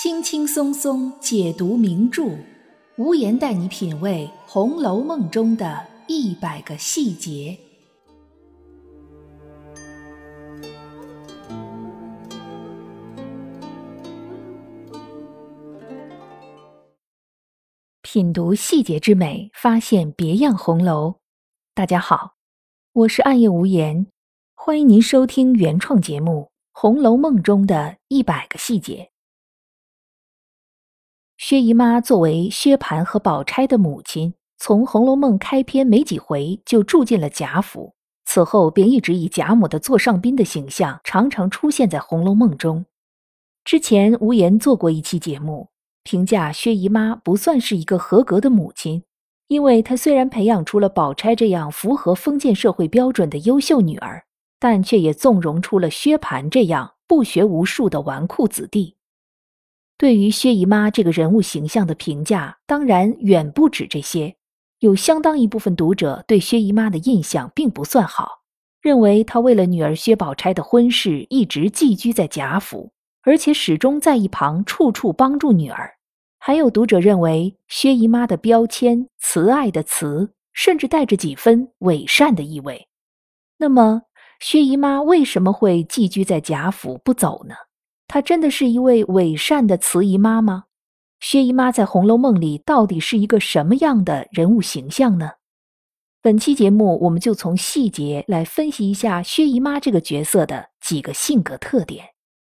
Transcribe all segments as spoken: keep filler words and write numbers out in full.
轻轻松松解读名著，无言带你品味《红楼梦》中的一百个细节。品读细节之美，发现别样红楼。大家好，我是暗夜无言，欢迎您收听原创节目《红楼梦》中的一百个细节。薛姨妈作为薛蟠和宝钗的母亲，从《红楼梦》开篇没几回就住进了贾府，此后便一直以贾母的座上宾的形象常常出现在《红楼梦》中。之前无言做过一期节目，评价薛姨妈不算是一个合格的母亲，因为她虽然培养出了宝钗这样符合封建社会标准的优秀女儿，但却也纵容出了薛蟠这样不学无术的纨绔子弟。对于薛姨妈这个人物形象的评价当然远不止这些，有相当一部分读者对薛姨妈的印象并不算好，认为她为了女儿薛宝钗的婚事一直寄居在贾府，而且始终在一旁处处帮助女儿。还有读者认为薛姨妈的标签慈爱的慈，甚至带着几分伪善的意味。那么薛姨妈为什么会寄居在贾府不走呢？她真的是一位伪善的慈姨妈吗？薛姨妈在《红楼梦》里到底是一个什么样的人物形象呢？本期节目我们就从细节来分析一下薛姨妈这个角色的几个性格特点。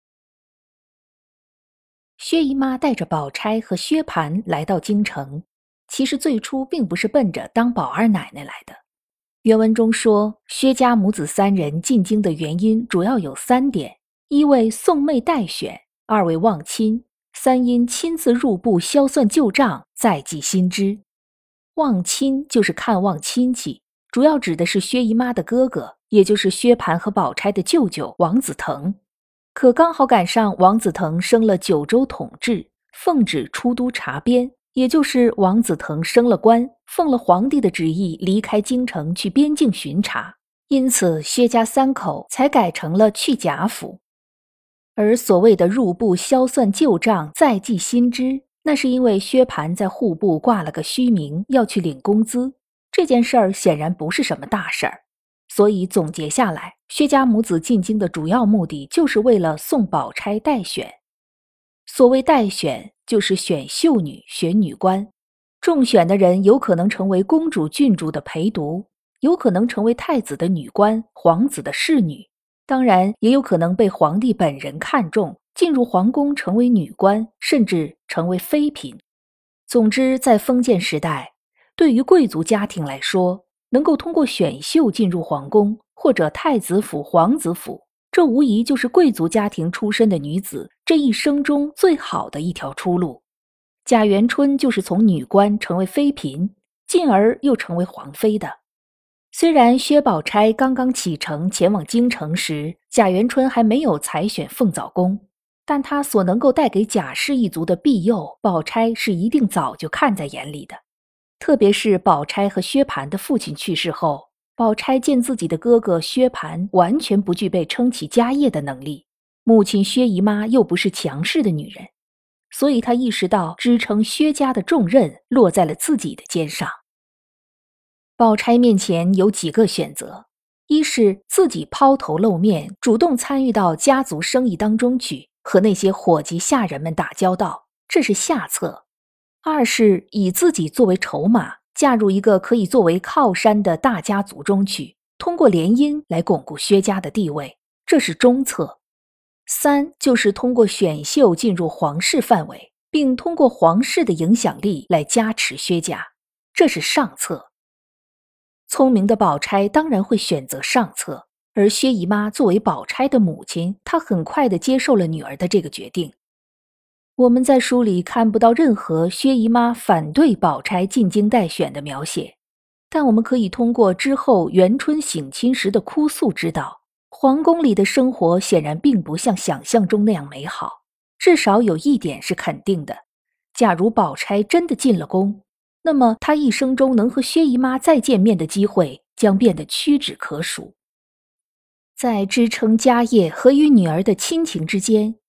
薛姨妈带着宝钗和薛蟠来到京城，其实最初并不是奔着当宝二奶奶来的。原文中说，薛家母子三人进京的原因主要有三点：一为送妹待选，二为望亲，三因亲自入部销算旧账，再记新知。望亲就是看望亲戚，主要指的是薛姨妈的哥哥，也就是薛蟠和宝钗的舅舅王子腾。可刚好赶上王子腾升了九州统治，奉旨出都察边，也就是王子腾升了官，奉了皇帝的旨意离开京城去边境巡查，因此薛家三口才改成了去贾府。而所谓的入部销算旧账，再记新知，那是因为薛蟠在户部挂了个虚名，要去领工资，这件事儿显然不是什么大事儿。所以总结下来，薛家母子进京的主要目的就是为了送宝钗待选。所谓待选，就是选秀女、选女官。中选的人有可能成为公主、郡主的陪读，有可能成为太子的女官、皇子的侍女，当然也有可能被皇帝本人看中，进入皇宫成为女官，甚至成为妃嫔。总之，在封建时代，对于贵族家庭来说，能够通过选秀进入皇宫或者太子府、皇子府，这无疑就是贵族家庭出身的女子这一生中最好的一条出路。贾元春就是从女官成为妃嫔，进而又成为皇妃的。虽然薛宝钗刚刚启程前往京城时，贾元春还没有采选凤藻宫，但她所能够带给贾氏一族的庇佑，宝钗是一定早就看在眼里的。特别是宝钗和薛蟠的父亲去世后，宝钗见自己的哥哥薛蟠完全不具备撑起家业的能力，母亲薛姨妈又不是强势的女人，所以她意识到支撑薛家的重任落在了自己的肩上。宝钗面前有几个选择，一是自己抛头露面，主动参与到家族生意当中去，和那些伙计下人们打交道，这是下策；二是以自己作为筹码，嫁入一个可以作为靠山的大家族中去，通过联姻来巩固薛家的地位，这是中策；三就是通过选秀进入皇室范围，并通过皇室的影响力来加持薛家，这是上策。聪明的宝钗当然会选择上策，而薛姨妈作为宝钗的母亲，她很快地接受了女儿的这个决定。我们在书里看不到任何薛姨妈反对宝钗进京待选的描写，但我们可以通过之后元春省亲时的哭诉知道，皇宫里的生活显然并不像想象中那样美好。至少有一点是肯定的，假如宝钗真的进了宫，那么她一生中能和薛姨妈再见面的机会将变得屈指可数。在支撑家业和与女儿的亲情之间，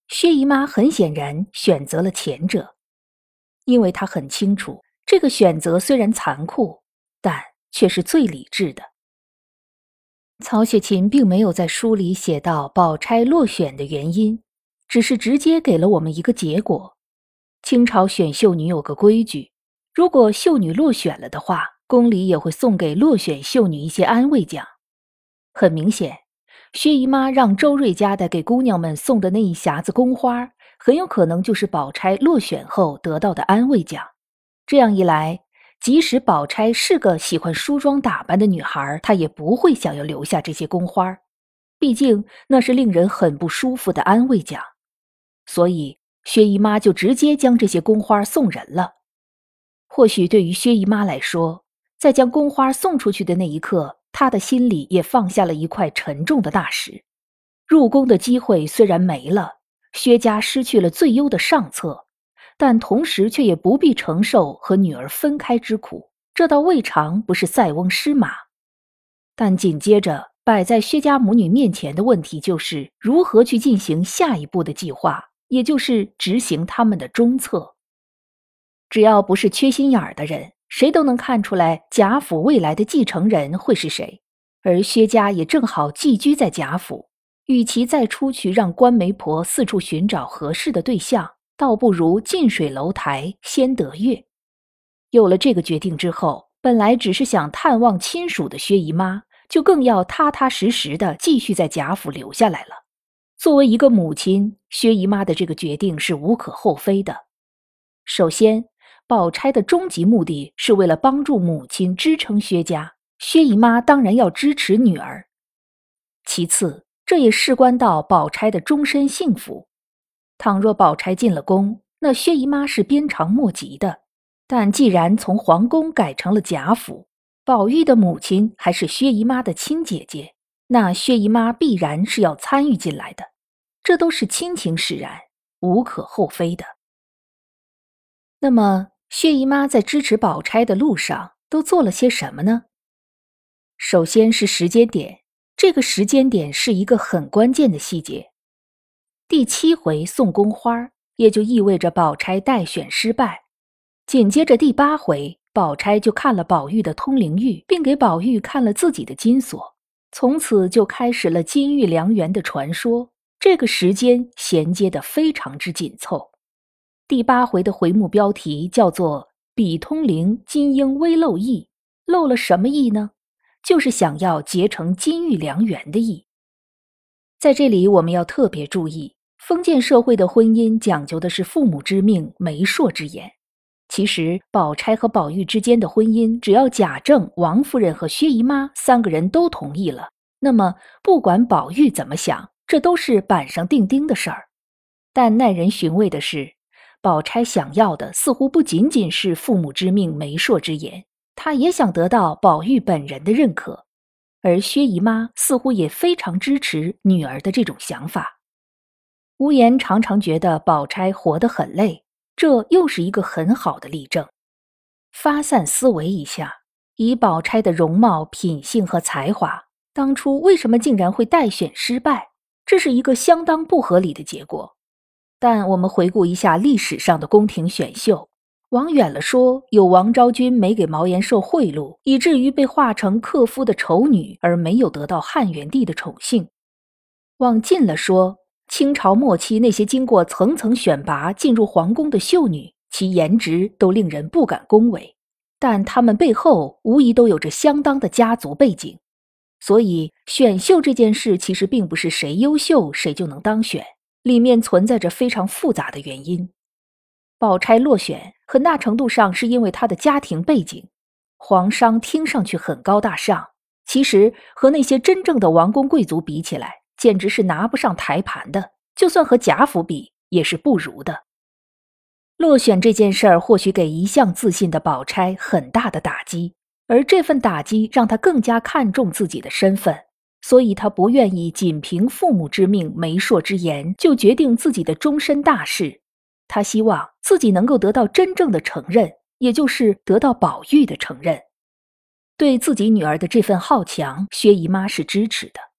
薛姨妈很显然选择了前者，因为她很清楚，这个选择虽然残酷，但却是最理智的。曹雪芹并没有在书里写到宝钗落选的原因，只是直接给了我们一个结果。清朝选秀女有个规矩，如果秀女落选了的话，宫里也会送给落选秀女一些安慰奖。很明显，薛姨妈让周瑞家的给姑娘们送的那一匣子宫花，很有可能就是宝钗落选后得到的安慰奖。这样一来，即使宝钗是个喜欢梳妆打扮的女孩，她也不会想要留下这些宫花，毕竟那是令人很不舒服的安慰奖。所以薛姨妈就直接将这些宫花送人了。或许对于薛姨妈来说，在将宫花送出去的那一刻，她的心里也放下了一块沉重的大石。入宫的机会虽然没了，薛家失去了最优的上策，但同时却也不必承受和女儿分开之苦，这倒未尝不是塞翁失马。但紧接着摆在薛家母女面前的问题就是如何去进行下一步的计划，也就是执行他们的中策。只要不是缺心眼儿的人，谁都能看出来贾府未来的继承人会是谁，而薛家也正好寄居在贾府，与其再出去让官媒婆四处寻找合适的对象，倒不如近水楼台先得月。有了这个决定之后，本来只是想探望亲属的薛姨妈，就更要踏踏实实的继续在贾府留下来了。作为一个母亲，薛姨妈的这个决定是无可厚非的。首先，宝钗的终极目的是为了帮助母亲支撑薛家，薛姨妈当然要支持女儿。其次，这也事关到宝钗的终身幸福。倘若宝钗进了宫，那薛姨妈是鞭长莫及的。但既然从皇宫改成了贾府，宝玉的母亲还是薛姨妈的亲姐姐，那薛姨妈必然是要参与进来的，这都是亲情使然，无可厚非的。那么，薛姨妈在支持宝钗的路上都做了些什么呢？首先是时间点，这个时间点是一个很关键的细节。第七回送宫花，也就意味着宝钗待选失败。紧接着第八回，宝钗就看了宝玉的通灵玉，并给宝玉看了自己的金锁，从此就开始了金玉良缘的传说。这个时间衔接得非常之紧凑。第八回的回目标题叫做比通灵金鹰微漏意，漏了什么意呢？就是想要结成金玉良缘的意。在这里我们要特别注意，封建社会的婚姻讲究的是父母之命，媒妁之言。其实宝钗和宝玉之间的婚姻，只要贾政、王夫人和薛姨妈三个人都同意了，那么不管宝玉怎么想，这都是板上钉钉的事儿。但耐人寻味的是，宝钗想要的似乎不仅仅是父母之命，媒妁之言，她也想得到宝玉本人的认可，而薛姨妈似乎也非常支持女儿的这种想法。无言常常觉得宝钗活得很累，这又是一个很好的例证。发散思维一下，以宝钗的容貌、品性和才华，当初为什么竟然会待选失败？这是一个相当不合理的结果。但我们回顾一下历史上的宫廷选秀，往远了说，有王昭君没给毛延寿贿赂，以至于被画成克夫的丑女，而没有得到汉元帝的宠幸。往近了说，清朝末期那些经过层层选拔进入皇宫的秀女，其颜值都令人不敢恭维，但她们背后无疑都有着相当的家族背景。所以选秀这件事其实并不是谁优秀谁就能当选，里面存在着非常复杂的原因。宝钗落选很大程度上是因为她的家庭背景，皇商听上去很高大上，其实和那些真正的王公贵族比起来，简直是拿不上台盘的，就算和贾府比也是不如的。落选这件事儿或许给一向自信的宝钗很大的打击，而这份打击让她更加看重自己的身份，所以她不愿意仅凭父母之命、媒妁之言就决定自己的终身大事。她希望自己能够得到真正的承认，也就是得到宝玉的承认。对自己女儿的这份好强，薛姨妈是支持的。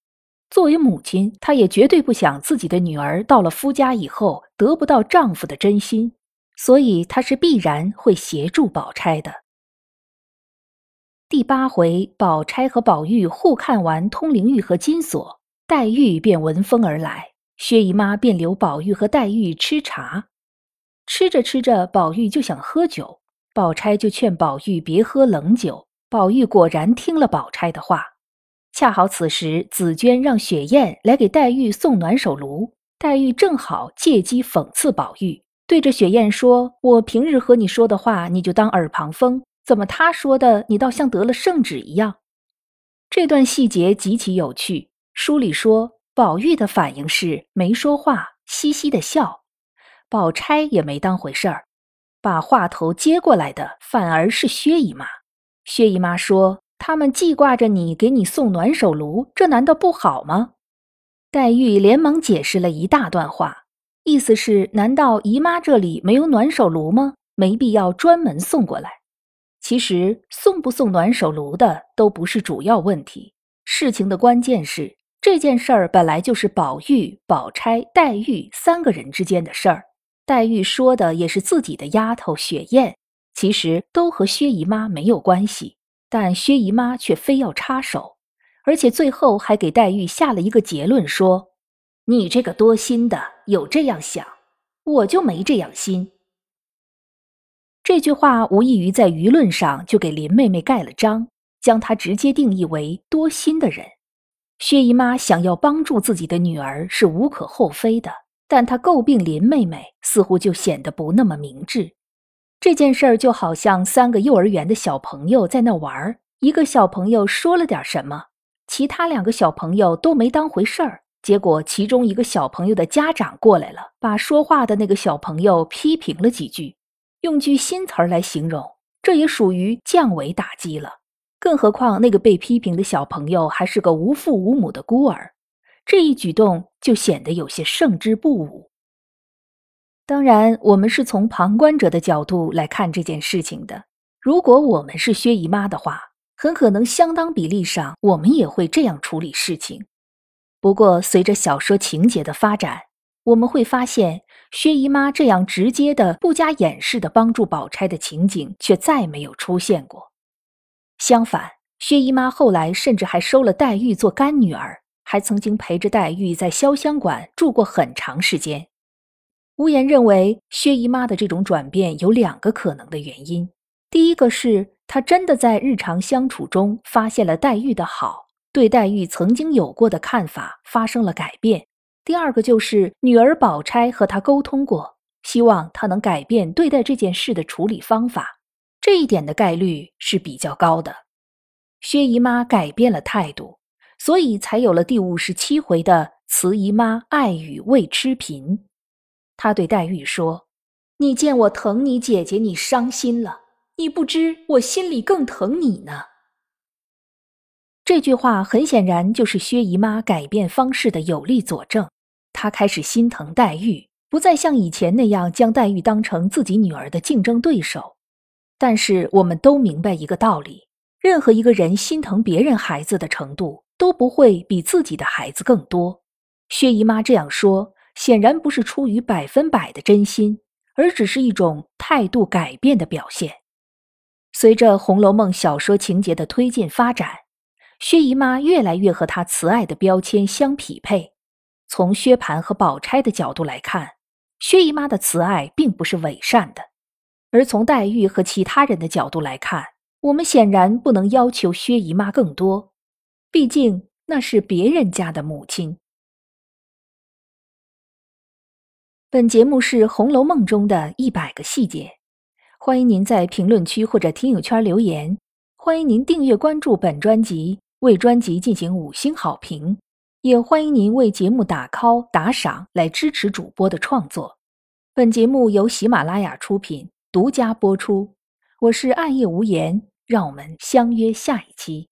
作为母亲，她也绝对不想自己的女儿到了夫家以后得不到丈夫的真心，所以她是必然会协助宝钗的。第八回，宝钗和宝玉互看完通灵玉和金锁，黛玉便闻风而来，薛姨妈便留宝玉和黛玉吃茶。吃着吃着，宝玉就想喝酒，宝钗就劝宝玉别喝冷酒。宝玉果然听了宝钗的话。恰好此时紫娟让雪雁来给黛玉送暖手炉，黛玉正好借机讽刺宝玉，对着雪雁说：我平日和你说的话你就当耳旁风，怎么他说的你倒像得了圣旨一样。这段细节极其有趣，书里说宝玉的反应是没说话，嘻嘻的笑，宝钗也没当回事儿，把话头接过来的反而是薛姨妈。薛姨妈说：他们记挂着你给你送暖手炉，这难道不好吗？黛玉连忙解释了一大段话，意思是难道姨妈这里没有暖手炉吗？没必要专门送过来。其实送不送暖手炉的都不是主要问题，事情的关键是这件事儿本来就是宝玉、宝钗、黛玉三个人之间的事儿，黛玉说的也是自己的丫头雪雁，其实都和薛姨妈没有关系，但薛姨妈却非要插手，而且最后还给黛玉下了一个结论，说：你这个多心的有这样想，我就没这样心。这句话无异于在舆论上就给林妹妹盖了章，将她直接定义为多心的人。薛姨妈想要帮助自己的女儿是无可厚非的，但她诟病林妹妹似乎就显得不那么明智。这件事儿就好像三个幼儿园的小朋友在那玩，一个小朋友说了点什么，其他两个小朋友都没当回事儿，结果其中一个小朋友的家长过来了，把说话的那个小朋友批评了几句，用句新词儿来形容，这也属于降维打击了。更何况那个被批评的小朋友还是个无父无母的孤儿，这一举动就显得有些胜之不武。当然，我们是从旁观者的角度来看这件事情的。如果我们是薛姨妈的话，很可能相当比例上我们也会这样处理事情。不过随着小说情节的发展，我们会发现薛姨妈这样直接的不加掩饰的帮助宝钗的情景却再没有出现过。相反，薛姨妈后来甚至还收了黛玉做干女儿，还曾经陪着黛玉在潇湘馆住过很长时间。无言认为薛姨妈的这种转变有两个可能的原因，第一个是她真的在日常相处中发现了黛玉的好，对黛玉曾经有过的看法发生了改变；第二个就是女儿宝钗和她沟通过，希望她能改变对待这件事的处理方法，这一点的概率是比较高的。薛姨妈改变了态度，所以才有了第五十七回的慈姨妈爱语未吃贫。她对黛玉说：你见我疼你姐姐，你伤心了，你不知我心里更疼你呢。这句话很显然就是薛姨妈改变方式的有力佐证，她开始心疼黛玉，不再像以前那样将黛玉当成自己女儿的竞争对手。但是我们都明白一个道理，任何一个人心疼别人孩子的程度都不会比自己的孩子更多。薛姨妈这样说，显然不是出于百分百的真心，而只是一种态度改变的表现。随着《红楼梦》小说情节的推进发展，薛姨妈越来越和她慈爱的标签相匹配。从薛蟠和宝钗的角度来看，薛姨妈的慈爱并不是伪善的。而从黛玉和其他人的角度来看，我们显然不能要求薛姨妈更多，毕竟那是别人家的母亲。本节目是《红楼梦》中的一百个细节，欢迎您在评论区或者听友圈留言，欢迎您订阅关注本专辑，为专辑进行五星好评，也欢迎您为节目打 call 打赏来支持主播的创作。本节目由喜马拉雅出品，独家播出。我是暗夜无言，让我们相约下一期。